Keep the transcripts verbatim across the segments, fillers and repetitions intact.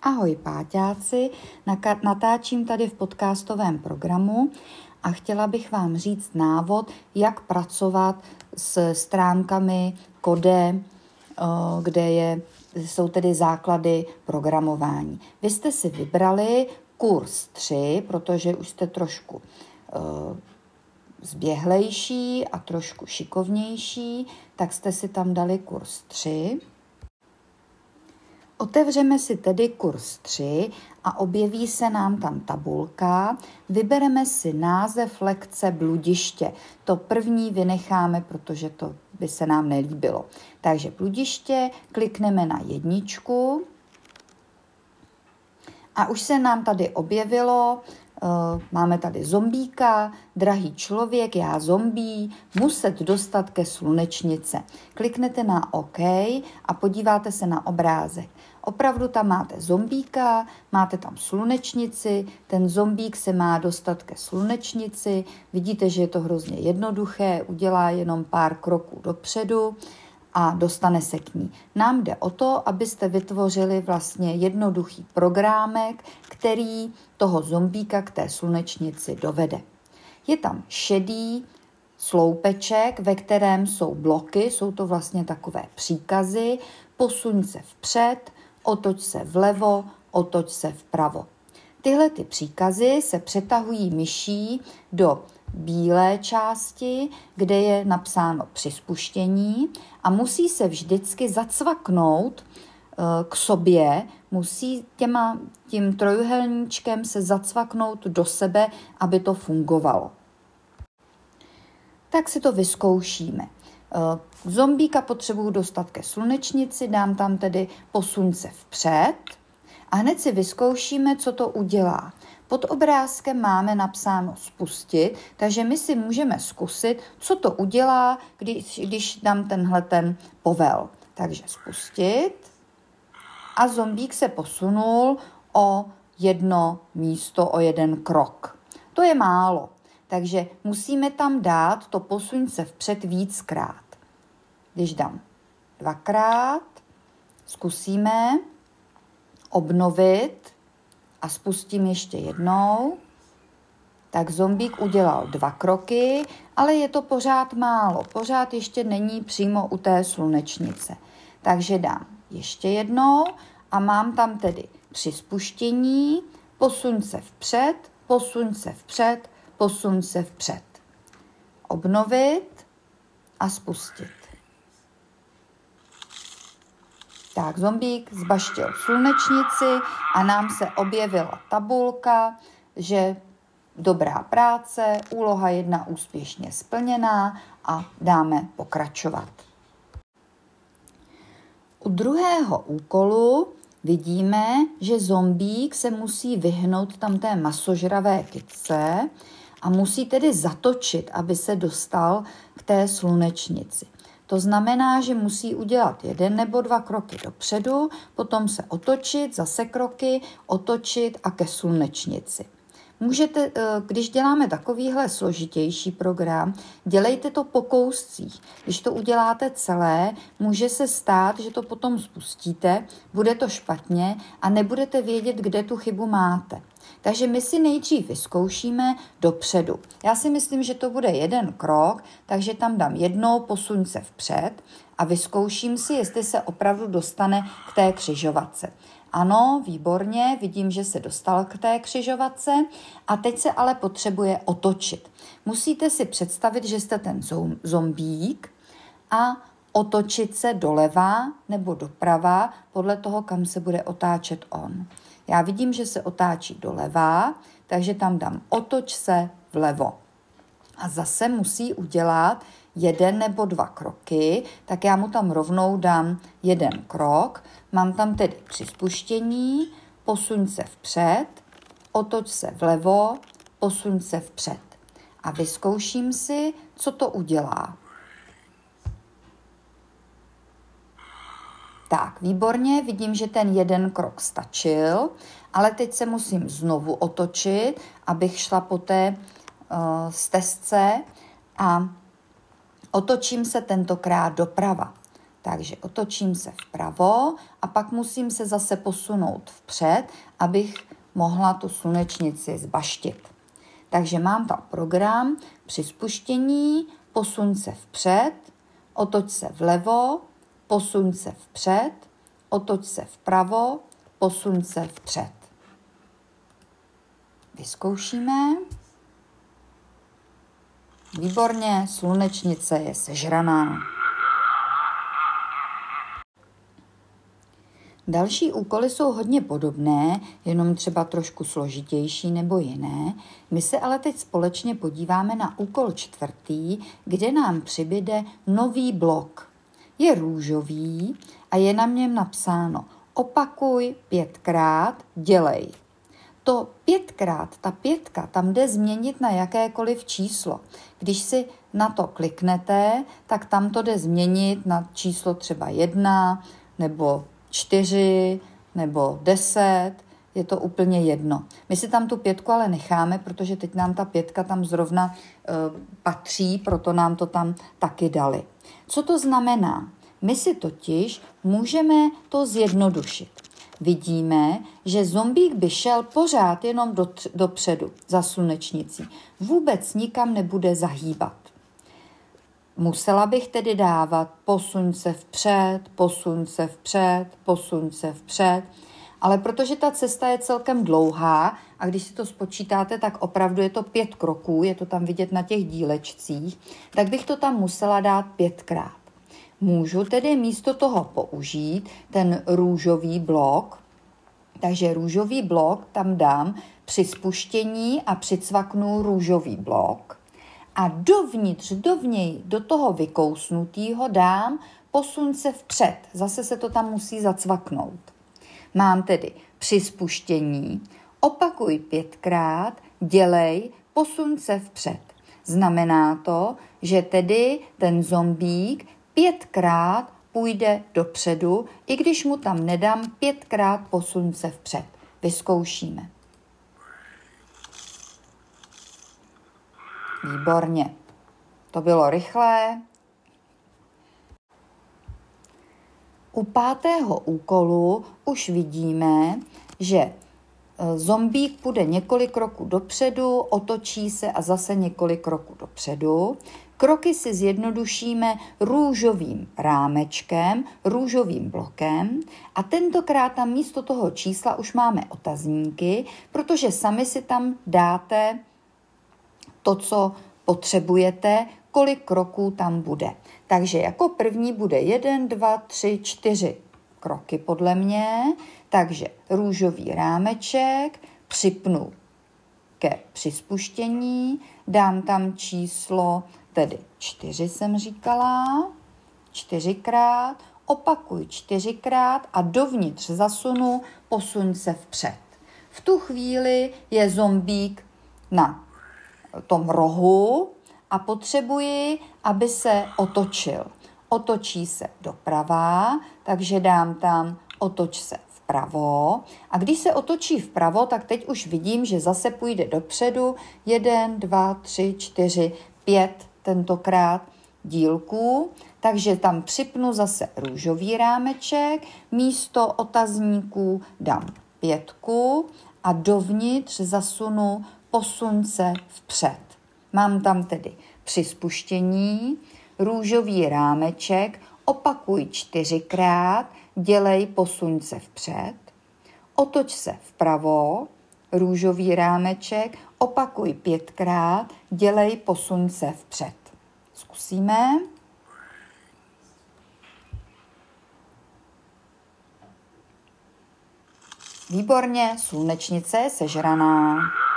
Ahoj páťáci, natáčím tady v podcastovém programu a chtěla bych vám říct návod, jak pracovat s stránkami Kode, kde je, jsou tedy základy programování. Vy jste si vybrali kurz tři, protože už jste trošku uh, zběhlejší a trošku šikovnější, tak jste si tam dali kurz tři. Otevřeme si tedy kurz tři a objeví se nám tam tabulka. Vybereme si název lekce bludiště. To první vynecháme, protože to by se nám nelíbilo. Takže bludiště, klikneme na jedničku a už se nám tady objevilo, uh, máme tady zombíka, drahý člověk, já zombí, muset dostat ke slunečnice. Kliknete na OK a podíváte se na obrázek. Opravdu tam máte zombíka, máte tam slunečnici, ten zombík se má dostat ke slunečnici, vidíte, že je to hrozně jednoduché, udělá jenom pár kroků dopředu a dostane se k ní. Nám jde o to, abyste vytvořili vlastně jednoduchý programek, který toho zombíka k té slunečnici dovede. Je tam šedý sloupeček, ve kterém jsou bloky, jsou to vlastně takové příkazy, posuň se vpřed, otoč se vlevo, otoč se vpravo. Tyhle ty příkazy se přetahují myší do bílé části, kde je napsáno při spuštění a musí se vždycky zacvaknout k sobě, musí těma, tím trojuhelníčkem se zacvaknout do sebe, aby to fungovalo. Tak si to vyzkoušíme. Zombíka potřebuji dostat ke slunečnici, dám tam tedy posuň se vpřed a hned si vyzkoušíme, co to udělá. Pod obrázkem máme napsáno spustit, takže my si můžeme zkusit, co to udělá, když, když dám tenhle ten povel. Takže spustit a zombík se posunul o jedno místo, o jeden krok. To je málo, takže musíme tam dát to posuň se vpřed víckrát. Když dám dvakrát, zkusíme obnovit a spustím ještě jednou, tak zombík udělal dva kroky, ale je to pořád málo, pořád ještě není přímo u té slunečnice. Takže dám ještě jednou a mám tam tedy při spuštění posuň se vpřed, posuň se vpřed, posuň se vpřed. Obnovit a spustit. Tak, zombík zbaštil slunečnici a nám se objevila tabulka, že dobrá práce, úloha jedna úspěšně splněná a dáme pokračovat. U druhého úkolu vidíme, že zombík se musí vyhnout tam té masožravé kytce a musí tedy zatočit, aby se dostal k té slunečnici. To znamená, že musí udělat jeden nebo dva kroky dopředu, potom se otočit, zase kroky, otočit a ke slunečnici. Můžete, když děláme takovýhle složitější program, dělejte to po kouscích. Když to uděláte celé, může se stát, že to potom spustíte, bude to špatně a nebudete vědět, kde tu chybu máte. Takže my si nejdřív vyzkoušíme dopředu. Já si myslím, že to bude jeden krok, takže tam dám jednou posuň se vpřed a vyzkouším si, jestli se opravdu dostane k té křižovatce. Ano, výborně, vidím, že se dostal k té křižovatce a teď se ale potřebuje otočit. Musíte si představit, že jste ten zombík a otočit se doleva nebo doprava podle toho, kam se bude otáčet on. Já vidím, že se otáčí doleva, takže tam dám otoč se vlevo. A zase musí udělat jeden nebo dva kroky, tak já mu tam rovnou dám jeden krok. Mám tam tedy při spuštění, posuň se vpřed, otoč se vlevo, posuň se vpřed. A vyzkouším si, co to udělá. Tak, výborně, vidím, že ten jeden krok stačil, ale teď se musím znovu otočit, abych šla po té uh, stezce a otočím se tentokrát doprava. Takže otočím se vpravo a pak musím se zase posunout vpřed, abych mohla tu slunečnici zbaštit. Takže mám tam program při spuštění, posuň se vpřed, otoč se vlevo, posuň se vpřed, otoč se vpravo, posuň se vpřed. Vyzkoušíme. Výborně, slunečnice je sežraná. Další úkoly jsou hodně podobné, jenom třeba trošku složitější nebo jiné. My se ale teď společně podíváme na úkol čtvrtý, kde nám přibyde nový blok. Je růžový a je na něm napsáno opakuj pětkrát, dělej. To pětkrát, ta pětka, tam jde změnit na jakékoliv číslo. Když si na to kliknete, tak tam to jde změnit na číslo třeba jedna nebo čtyři nebo deset, je to úplně jedno. My si tam tu pětku ale necháme, protože teď nám ta pětka tam zrovna e, patří, proto nám to tam taky dali. Co to znamená? My si totiž můžeme to zjednodušit. Vidíme, že zombík by šel pořád jenom do, dopředu za slunečnicí. Vůbec nikam nebude zahýbat. Musela bych tedy dávat posuň se vpřed, posuň se vpřed, posuň se vpřed, ale protože ta cesta je celkem dlouhá a když si to spočítáte, tak opravdu je to pět kroků, je to tam vidět na těch dílečcích, tak bych to tam musela dát pětkrát. Můžu tedy místo toho použít ten růžový blok, takže růžový blok tam dám při spuštění a přicvaknu růžový blok. A dovnitř, dovněj, do toho vykousnutýho dám posuň se vpřed. Zase se to tam musí zacvaknout. Mám tedy při spuštění, opakuj pětkrát, dělej, posuň se vpřed. Znamená to, že tedy ten zombík pětkrát půjde dopředu, i když mu tam nedám pětkrát posuň se vpřed. Vyzkoušíme. Výborně. To bylo rychlé. U pátého úkolu už vidíme, že zombík půjde několik kroků dopředu, otočí se a zase několik kroků dopředu. Kroky si zjednodušíme růžovým rámečkem, růžovým blokem a tentokrát tam místo toho čísla už máme otazníky, protože sami si tam dáte to, co potřebujete, kolik kroků tam bude. Takže jako první bude jeden, dva, tři, čtyři kroky podle mě. Takže růžový rámeček připnu ke přispuštění, dám tam číslo, tedy čtyři jsem říkala, čtyřikrát, opakuj čtyřikrát a dovnitř zasunu, posuň se vpřed. V tu chvíli je zombík na tom rohu a potřebuji, aby se otočil. Otočí se doprava, takže dám tam otoč se vpravo. A když se otočí vpravo, tak teď už vidím, že zase půjde dopředu. Jeden, dva, tři, čtyři, pět tentokrát dílků. Takže tam připnu zase růžový rámeček, místo otazníků dám pětku a dovnitř zasunu posuň se vpřed. Mám tam tedy při spuštění růžový rámeček, opakuj čtyřikrát, dělej posuň se vpřed, otoč se vpravo, růžový rámeček, opakuj pětkrát, dělej posuň se vpřed. Zkusíme. Výborně, slunečnice je sežraná.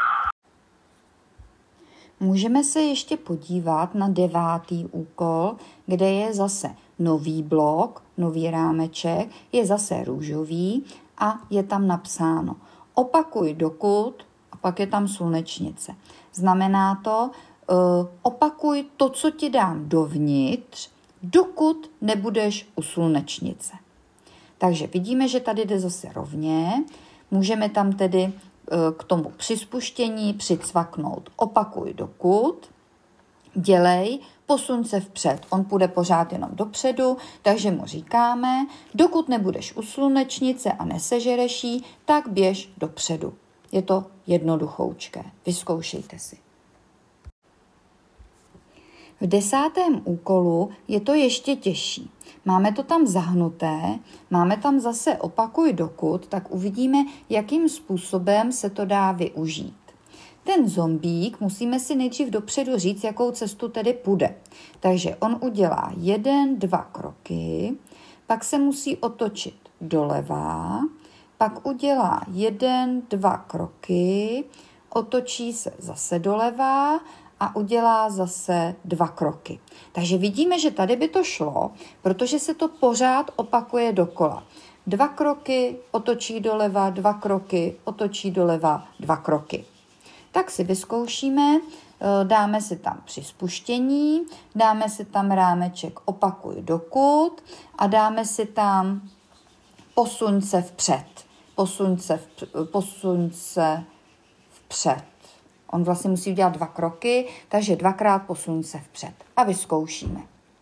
Můžeme se ještě podívat na devátý úkol, kde je zase nový blok, nový rámeček, je zase růžový a je tam napsáno opakuj dokud a pak je tam slunečnice. Znamená to, uh, opakuj to, co ti dám dovnitř, dokud nebudeš u slunečnice. Takže vidíme, že tady jde zase rovně. Můžeme tam tedy k tomu přispuštění přicvaknout opakuj dokud, dělej, posuň se vpřed. On půjde pořád jenom dopředu, takže mu říkáme, dokud nebudeš u slunečnice a nesežereš jí, tak běž dopředu. Je to jednoduchoučké. Vyzkoušejte si. V desátém úkolu je to ještě těžší. Máme to tam zahnuté, máme tam zase opakuj dokud, tak uvidíme, jakým způsobem se to dá využít. Ten zombík musíme si nejdřív dopředu říct, jakou cestu tedy půjde. Takže on udělá jeden, dva kroky, pak se musí otočit doleva, pak udělá jeden, dva kroky, otočí se zase doleva a udělá zase dva kroky. Takže vidíme, že tady by to šlo, protože se to pořád opakuje dokola. Dva kroky, otočí doleva, dva kroky, otočí doleva, dva kroky. Tak si vyzkoušíme, dáme si tam při spuštění, dáme si tam rámeček opakuj dokud a dáme si tam posuň se vpřed. Posuň se, vpřed, posuň se vpřed. On vlastně musí udělat dva kroky, takže dvakrát posuň se vpřed. A vyzkoušíme.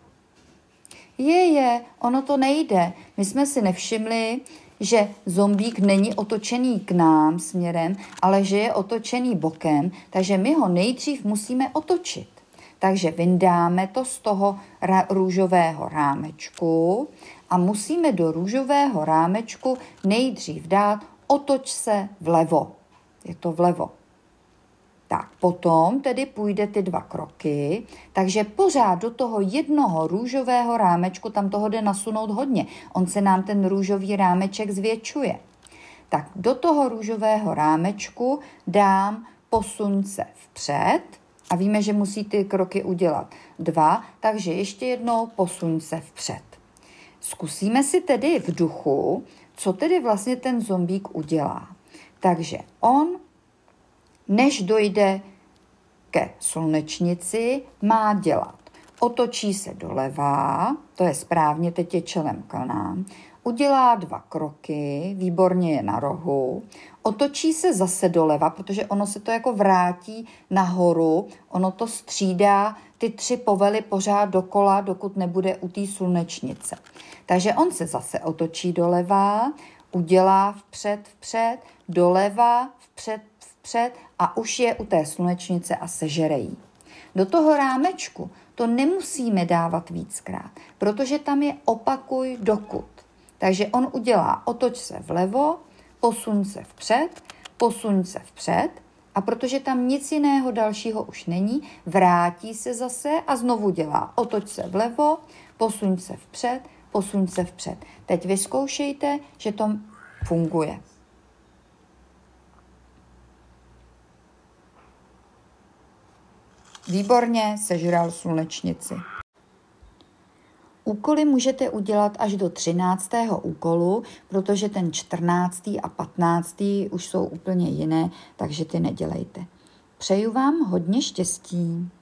Je, je, ono to nejde. My jsme si nevšimli, že zombík není otočený k nám směrem, ale že je otočený bokem, takže my ho nejdřív musíme otočit. Takže vyndáme to z toho růžového rámečku a musíme do růžového rámečku nejdřív dát otoč se vlevo. Je to vlevo. Tak potom tedy půjde ty dva kroky, takže pořád do toho jednoho růžového rámečku, tam toho jde nasunout hodně, on se nám ten růžový rámeček zvětšuje. Tak do toho růžového rámečku dám posuň se vpřed a víme, že musí ty kroky udělat dva, takže ještě jednou posuň se vpřed. Zkusíme si tedy v duchu, co tedy vlastně ten zombík udělá. Takže on než dojde ke slunečnici, má dělat. Otočí se doleva, to je správně, teď je čelem k nám, udělá dva kroky, výborně je na rohu, otočí se zase doleva, protože ono se to jako vrátí nahoru, ono to střídá ty tři povely pořád dokola, dokud nebude u té slunečnice. Takže on se zase otočí doleva, udělá vpřed, vpřed, doleva, vpřed, vpřed a už je u té slunečnice a sežere jí. Do toho rámečku to nemusíme dávat víckrát, protože tam je opakuj dokud. Takže on udělá otoč se vlevo, posuň se vpřed, posuň se vpřed a protože tam nic jiného dalšího už není, vrátí se zase a znovu dělá otoč se vlevo, posuň se vpřed, posuň se vpřed. Teď vyzkoušejte, že to funguje. Výborně sežral slunečnici. Úkoly můžete udělat až do třináctého úkolu, protože ten čtrnáctý a patnáctý už jsou úplně jiné, takže ty nedělejte. Přeju vám hodně štěstí.